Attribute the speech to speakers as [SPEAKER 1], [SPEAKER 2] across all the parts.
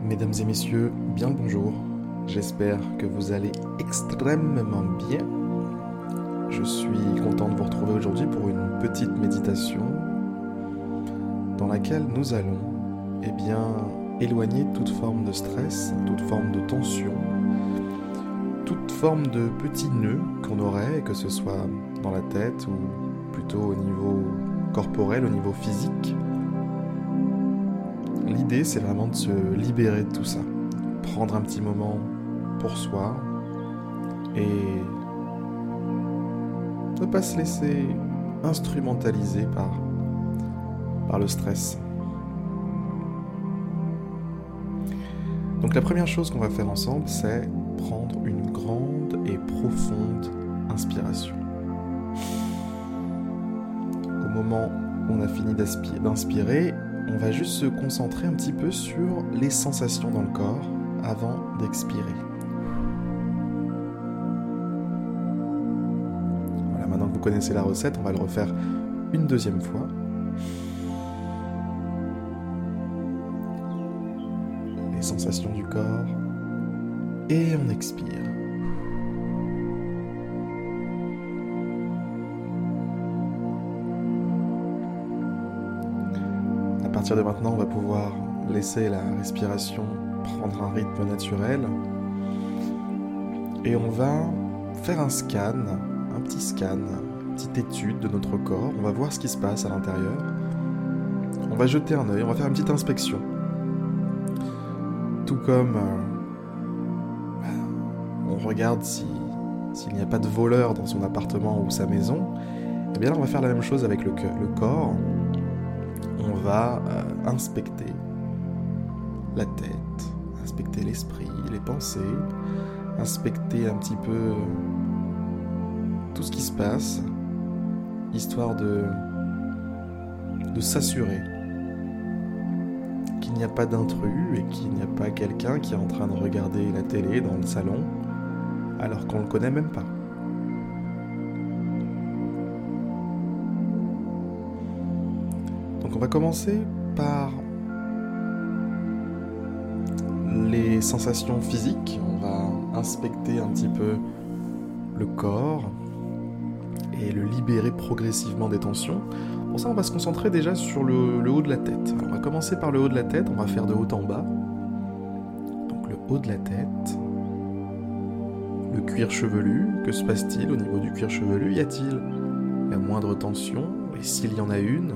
[SPEAKER 1] Mesdames et messieurs, bien le bonjour. J'espère que vous allez extrêmement bien. Je suis content de vous retrouver aujourd'hui pour une petite méditation dans laquelle nous allons, éloigner toute forme de stress, toute forme de tension, toute forme de petits nœuds qu'on aurait, que ce soit dans la tête ou plutôt au niveau corporel, au niveau physique. L'idée, c'est vraiment de se libérer de tout ça, prendre un petit moment pour soi et ne pas se laisser instrumentaliser par le stress. Donc la première chose qu'on va faire ensemble, c'est prendre une grande et profonde inspiration. Au moment où on a fini d'inspirer, on va juste se concentrer un petit peu sur les sensations dans le corps avant d'expirer. Voilà, maintenant que vous connaissez la recette, on va le refaire une deuxième fois. Les sensations du corps et on expire. À partir de maintenant, on va pouvoir laisser la respiration prendre un rythme naturel et on va faire un petite étude de notre corps. On va voir ce qui se passe à l'intérieur. On va jeter un œil, on va faire une petite inspection. Tout comme on regarde s'il n'y a pas de voleur dans son appartement ou sa maison, et bien là on va faire la même chose avec le corps. On va inspecter la tête, inspecter l'esprit, les pensées, inspecter un petit peu tout ce qui se passe, histoire de s'assurer qu'il n'y a pas d'intrus et qu'il n'y a pas quelqu'un qui est en train de regarder la télé dans le salon alors qu'on ne le connaît même pas. Donc on va commencer par les sensations physiques. On va inspecter un petit peu le corps et le libérer progressivement des tensions. Pour ça, on va se concentrer déjà sur le haut de la tête. Alors, on va commencer par le haut de la tête, on va faire de haut en bas. Donc le haut de la tête, le cuir chevelu, que se passe-t-il au niveau du cuir chevelu? Y a-t-il la moindre tension? Et s'il y en a une,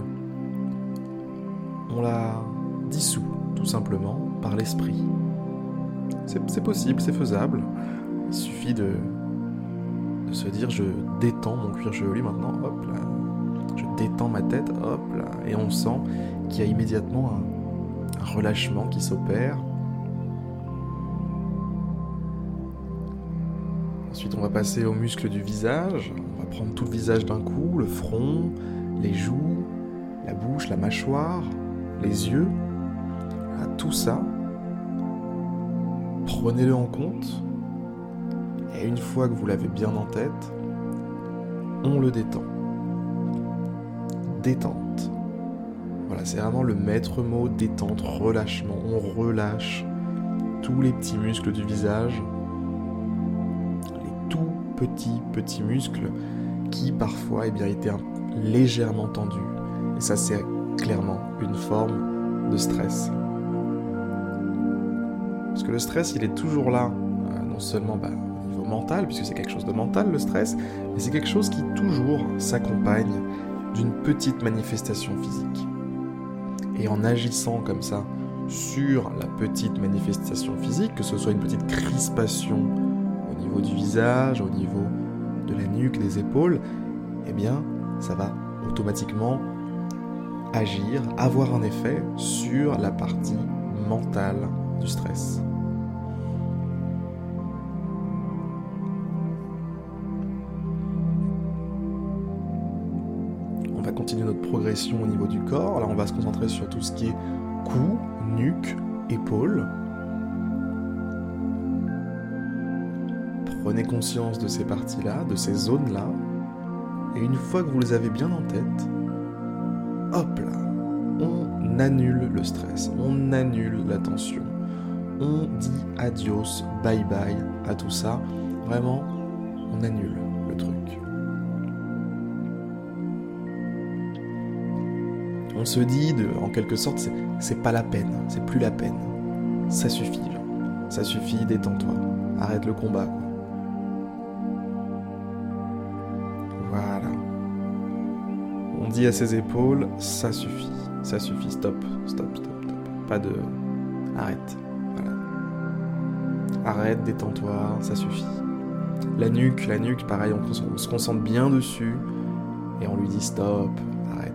[SPEAKER 1] on la dissout tout simplement par l'esprit. C'est possible, c'est faisable. Il suffit de se dire je détends mon cuir chevelu maintenant, hop là, je détends ma tête, hop là, et on sent qu'il y a immédiatement un relâchement qui s'opère. Ensuite on va passer aux muscles du visage, on va prendre tout le visage d'un coup, le front, les joues, la bouche, la mâchoire, les yeux, voilà, tout ça, prenez-le en compte, et une fois que vous l'avez bien en tête, on le détend. Détente. Voilà, c'est vraiment le maître mot, détente, relâchement. On relâche tous les petits muscles du visage, les tout petits muscles qui parfois étaient légèrement tendus. Et ça, c'est clairement une forme de stress. Parce que le stress, il est toujours là, non seulement au niveau mental, puisque c'est quelque chose de mental, le stress, mais c'est quelque chose qui toujours s'accompagne d'une petite manifestation physique. Et en agissant comme ça sur la petite manifestation physique, que ce soit une petite crispation au niveau du visage, au niveau de la nuque, des épaules, ça va automatiquement agir, avoir un effet sur la partie mentale du stress. On va continuer notre progression au niveau du corps. Alors on va se concentrer sur tout ce qui est cou, nuque, épaules. Prenez conscience de ces parties-là, de ces zones-là. Et une fois que vous les avez bien en tête, hop là, on annule le stress, on annule la tension, on dit adios, bye bye à tout ça. Vraiment, on annule le truc. On se dit, en quelque sorte, c'est pas la peine, c'est plus la peine. Ça suffit, détends-toi, arrête le combat, quoi. Voilà. On dit à ses épaules, ça suffit, stop. Pas de... Arrête, voilà. Arrête, détends-toi, ça suffit. La nuque, pareil, on se concentre bien dessus, et on lui dit stop, arrête.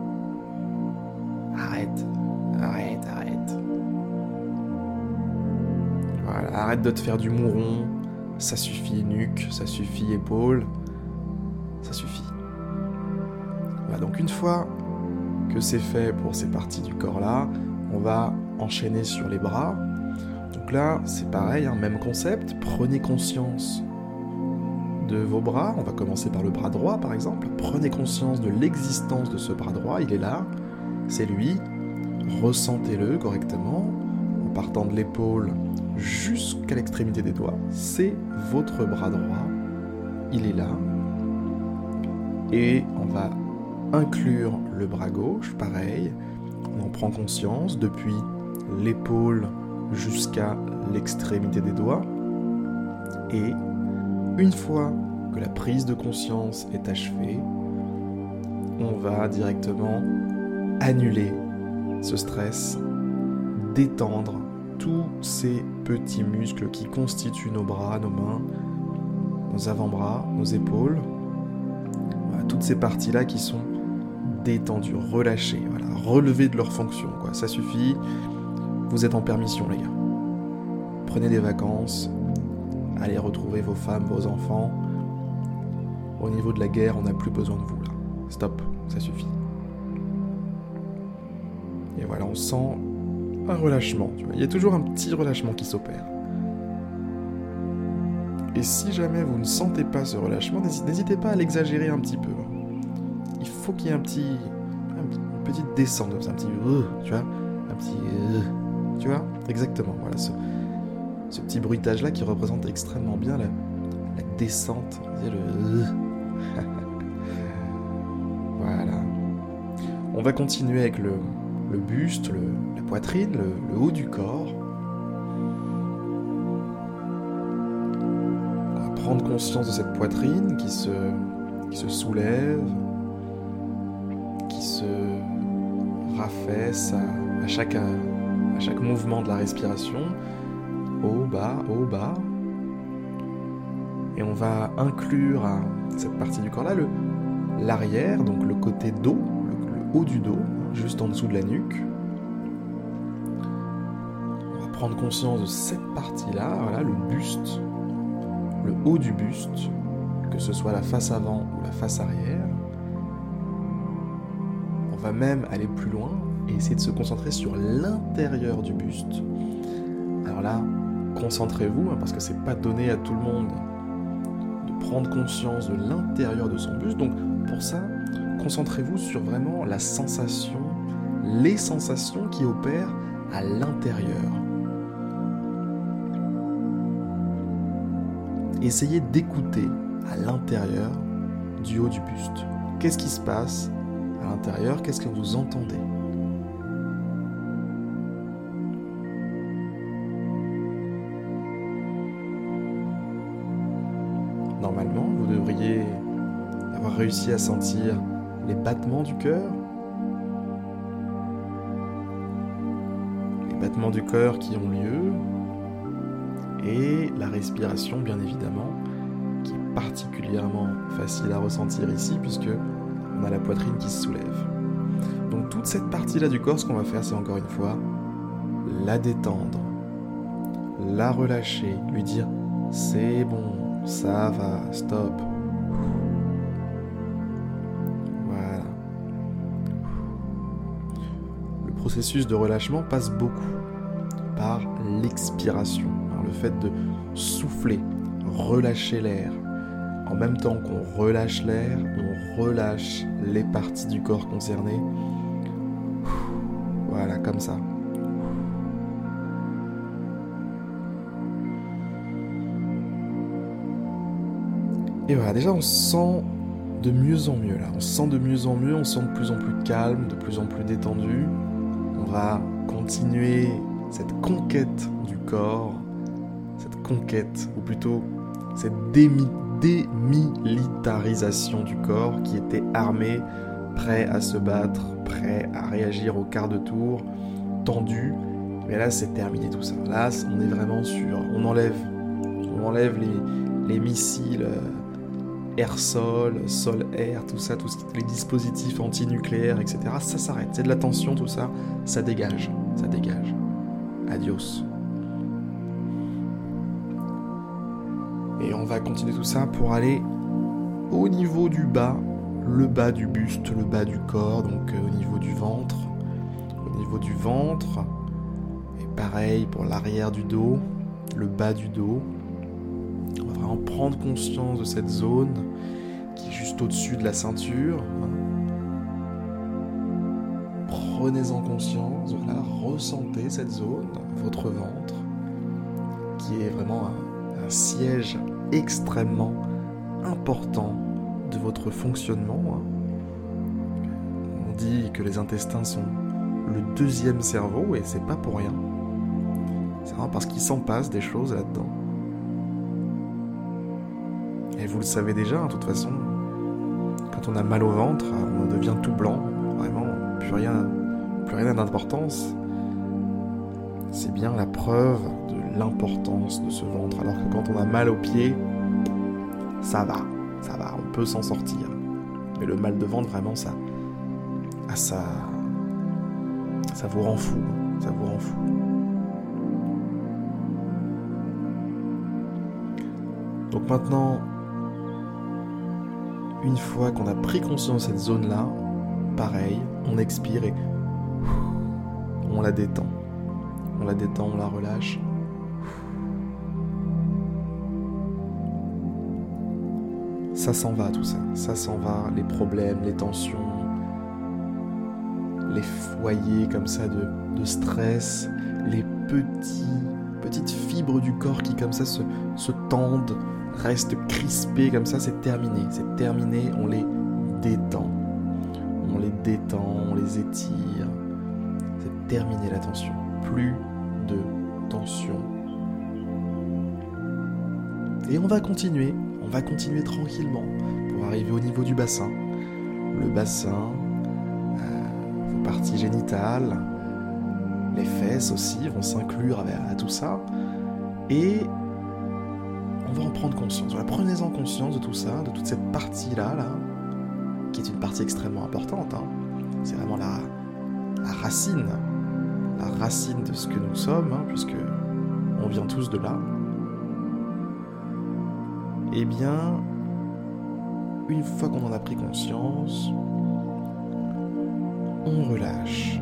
[SPEAKER 1] Voilà, arrête de te faire du mouron, ça suffit nuque, ça suffit épaule, ça suffit. Voilà, donc une fois que c'est fait pour ces parties du corps-là, on va enchaîner sur les bras. Donc là, c'est pareil, même concept, prenez conscience de vos bras. On va commencer par le bras droit, par exemple. Prenez conscience de l'existence de ce bras droit, il est là, c'est lui. Ressentez-le correctement, en partant de l'épaule jusqu'à l'extrémité des doigts. C'est votre bras droit, il est là. Et on va inclure le bras gauche, pareil. On en prend conscience depuis l'épaule jusqu'à l'extrémité des doigts. Et une fois que la prise de conscience est achevée, on va directement annuler ce stress, détendre tous ces petits muscles qui constituent nos bras, nos mains, nos avant-bras, nos épaules. Voilà, toutes ces parties-là qui sont détendues, relâchées, voilà, relevées de leur fonction, quoi. Ça suffit, vous êtes en permission, les gars. Prenez des vacances, allez retrouver vos femmes, vos enfants. Au niveau de la guerre, on n'a plus besoin de vous, là. Stop, ça suffit. Et voilà, on sent un relâchement. Tu vois. Il y a toujours un petit relâchement qui s'opère. Et si jamais vous ne sentez pas ce relâchement, n'hésitez pas à l'exagérer un petit peu. Il faut qu'il y ait une petite descente, un petit tu vois, un petit tu vois, exactement. Voilà ce petit bruitage là qui représente extrêmement bien la descente, Voilà. On va continuer avec le buste, la poitrine, le haut du corps. On va prendre conscience de cette poitrine qui se soulève, qui se raffaisse à chaque mouvement de la respiration. Haut, bas, haut, bas. Et on va inclure à cette partie du corps là l'arrière, donc le côté dos, le haut du dos, juste en dessous de la nuque. On va prendre conscience de cette partie-là, voilà, le buste, le haut du buste, que ce soit la face avant ou la face arrière. On va même aller plus loin et essayer de se concentrer sur l'intérieur du buste. Alors là, concentrez-vous, parce que c'est pas donné à tout le monde de prendre conscience de l'intérieur de son buste. Donc pour ça, concentrez-vous sur vraiment la sensation, les sensations qui opèrent à l'intérieur. Essayez d'écouter à l'intérieur du haut du buste. Qu'est-ce qui se passe à l'intérieur? Qu'est-ce que vous entendez? Normalement, vous devriez avoir réussi à sentir les battements du cœur. Les battements du cœur qui ont lieu. Et la respiration, bien évidemment, qui est particulièrement facile à ressentir ici, puisque on a la poitrine qui se soulève. Donc toute cette partie-là du corps, ce qu'on va faire, c'est encore une fois la détendre, la relâcher, lui dire « c'est bon, ça va, stop ». Voilà. Le processus de relâchement passe beaucoup par l'expiration, par le fait de souffler, relâcher l'air. En même temps qu'on relâche l'air, on relâche les parties du corps concernées. Voilà, comme ça. Et voilà, déjà on se sent de mieux en mieux là. On se sent de mieux en mieux, on se sent de plus en plus calme, de plus en plus détendu. On va continuer cette conquête du corps, cette conquête, ou plutôt cette démilitarisation du corps qui était armé, prêt à se battre, prêt à réagir au quart de tour, tendu. Mais là c'est terminé tout ça. Là on est vraiment sur... On enlève les missiles air-sol, sol-air, tout ça, tous les dispositifs antinucléaires, etc. Ça s'arrête. C'est de la tension, tout ça. Ça dégage. Ça dégage. Adios. Et on va continuer tout ça pour aller au niveau du bas, le bas du buste, le bas du corps, donc au niveau du ventre. Au niveau du ventre. Et pareil pour l'arrière du dos, le bas du dos. On va vraiment prendre conscience de cette zone qui est juste au-dessus de la ceinture. Prenez-en conscience, voilà, ressentez cette zone, votre ventre, qui est vraiment un siège extrêmement important de votre fonctionnement. On dit que les intestins sont le deuxième cerveau, et c'est pas pour rien. C'est vraiment parce qu'il s'en passe des choses là-dedans. Et vous le savez déjà, de toute façon, quand on a mal au ventre, on devient tout blanc, vraiment, plus rien n'a d'importance. C'est bien la preuve de l'importance de ce ventre, alors que quand on a mal aux pieds, ça va, on peut s'en sortir. Mais le mal de ventre, vraiment, ça vous rend fou, ça vous rend fou. Donc maintenant, une fois qu'on a pris conscience de cette zone-là, pareil, on expire et on la détend. On la détend, on la relâche. Ça s'en va tout ça. Ça s'en va, les problèmes, les tensions, les foyers comme ça de stress, les petites fibres du corps qui comme ça se tendent, restent crispées comme ça, c'est terminé, on les détend. On les détend, on les étire. C'est terminé la tension. Plus de tension. Et on va continuer tranquillement pour arriver au niveau du bassin. Le bassin, vos parties génitales, les fesses aussi vont s'inclure à tout ça. Et on va en prendre conscience. Voilà, prenez-en conscience de tout ça, de toute cette partie-là, qui est une partie extrêmement importante. C'est vraiment la racine de ce que nous sommes, puisque on vient tous de là. Eh bien, une fois qu'on en a pris conscience, on relâche,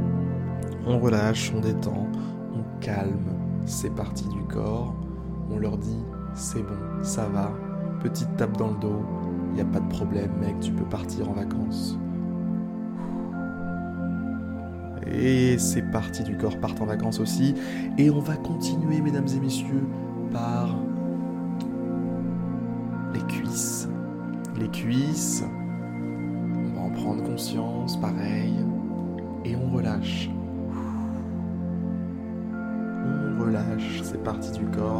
[SPEAKER 1] on détend, on calme ces parties du corps, on leur dit c'est bon, ça va, petite tape dans le dos, il n'y a pas de problème mec, tu peux partir en vacances. Et ces parties du corps partent en vacances aussi, et on va continuer mesdames et messieurs par les cuisses, on va en prendre conscience, pareil, et on relâche. On relâche ces parties du corps.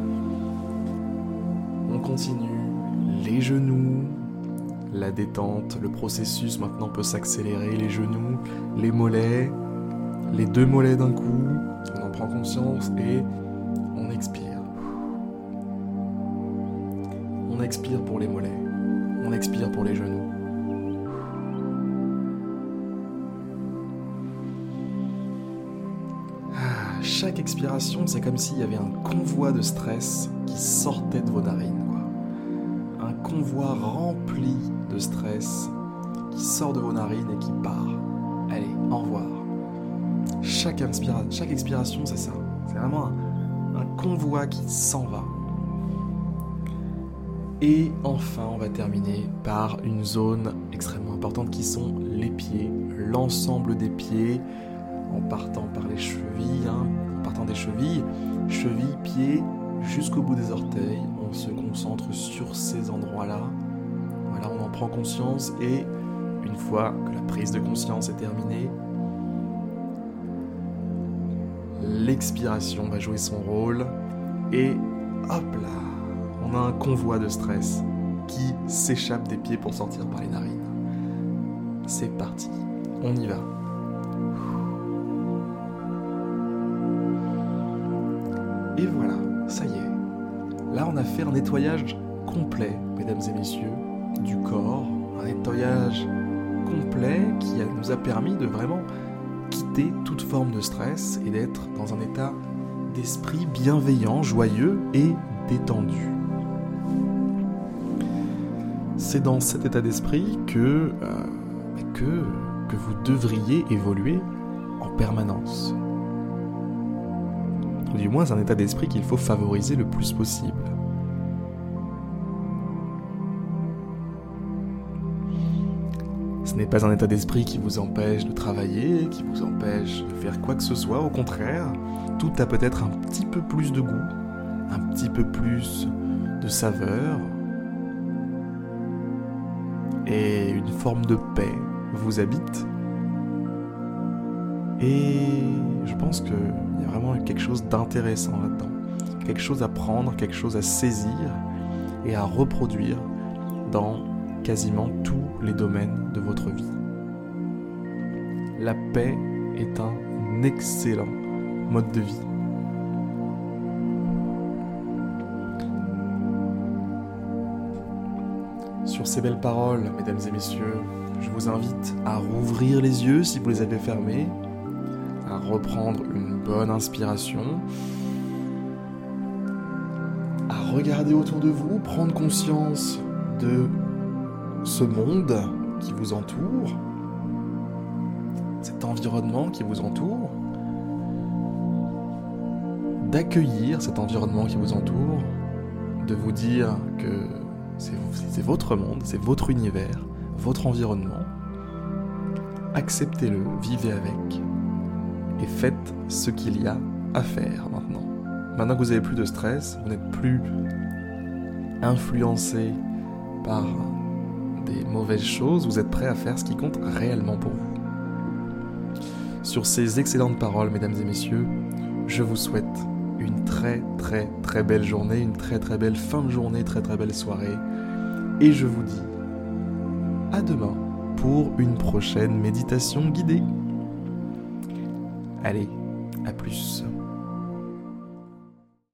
[SPEAKER 1] On continue, les genoux, la détente, le processus maintenant peut s'accélérer, les genoux, les mollets, les deux mollets d'un coup, on en prend conscience et on expire. On expire pour les mollets, on expire pour les genoux. Chaque expiration, c'est comme s'il y avait un convoi de stress qui sortait de vos narines, Un convoi rempli de stress qui sort de vos narines et qui part. Allez, au revoir. Chaque expiration, c'est ça. C'est vraiment un convoi qui s'en va. Et enfin, on va terminer par une zone extrêmement importante qui sont les pieds, l'ensemble des pieds, en partant par les chevilles, en partant des chevilles, pieds jusqu'au bout des orteils. On se concentre sur ces endroits-là. Voilà, on en prend conscience et une fois que la prise de conscience est terminée, l'expiration va jouer son rôle et hop là, on a un convoi de stress qui s'échappe des pieds pour sortir par les narines. C'est parti, on y va. Et voilà, ça y est. Là, on a fait un nettoyage complet, mesdames et messieurs, du corps. Un nettoyage complet qui nous a permis de vraiment quitter toute forme de stress et d'être dans un état d'esprit bienveillant, joyeux et détendu. C'est dans cet état d'esprit que vous devriez évoluer en permanence. Ou du moins, c'est un état d'esprit qu'il faut favoriser le plus possible. Ce n'est pas un état d'esprit qui vous empêche de travailler, qui vous empêche de faire quoi que ce soit. Au contraire, tout a peut-être un petit peu plus de goût, un petit peu plus de saveur, et une forme de paix vous habite. Et je pense qu'il y a vraiment quelque chose d'intéressant là-dedans. Quelque chose à prendre, quelque chose à saisir et à reproduire dans quasiment tous les domaines de votre vie. La paix est un excellent mode de vie. Sur ces belles paroles, mesdames et messieurs, je vous invite à rouvrir les yeux si vous les avez fermés, à reprendre une bonne inspiration, à regarder autour de vous, prendre conscience de ce monde qui vous entoure, cet environnement qui vous entoure, d'accueillir cet environnement qui vous entoure, de vous dire que c'est votre monde, c'est votre univers, votre environnement. Acceptez-le, vivez avec. Et faites ce qu'il y a à faire maintenant. Maintenant que vous n'avez plus de stress, vous n'êtes plus influencé par des mauvaises choses, vous êtes prêt à faire ce qui compte réellement pour vous. Sur ces excellentes paroles, mesdames et messieurs, je vous souhaite une très très très belle journée, une très très belle fin de journée, très très belle soirée. Et je vous dis à demain pour une prochaine méditation guidée. Allez, à plus.